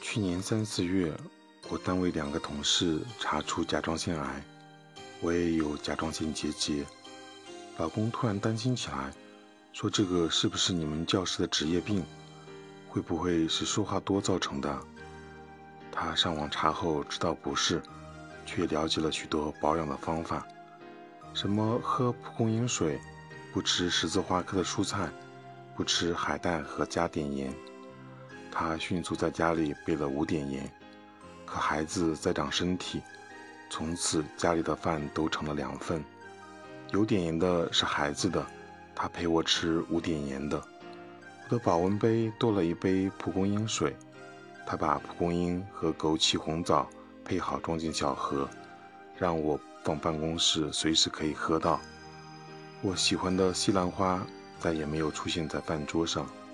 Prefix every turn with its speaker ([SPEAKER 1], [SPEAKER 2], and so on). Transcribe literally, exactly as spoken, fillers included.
[SPEAKER 1] 去年三四月，我单位两个同事查出甲状腺癌，我也有甲状腺结节。老公突然担心起来，说这个是不是你们教师的职业病？会不会是说话多造成的？他上网查后知道不是，却了解了许多保养的方法，什么喝蒲公英水，不吃十字花科的蔬菜，不吃海带和加碘盐。他迅速在家里备了无碘盐，可孩子在长身体，从此家里的饭都成了两份，有碘盐的是孩子的，他陪我吃无碘盐的。我的保温杯多了一杯蒲公英水，他把蒲公英和枸杞红枣配好装进小盒，让我放办公室随时可以喝到。我喜欢的西兰花再也没有出现在饭桌上。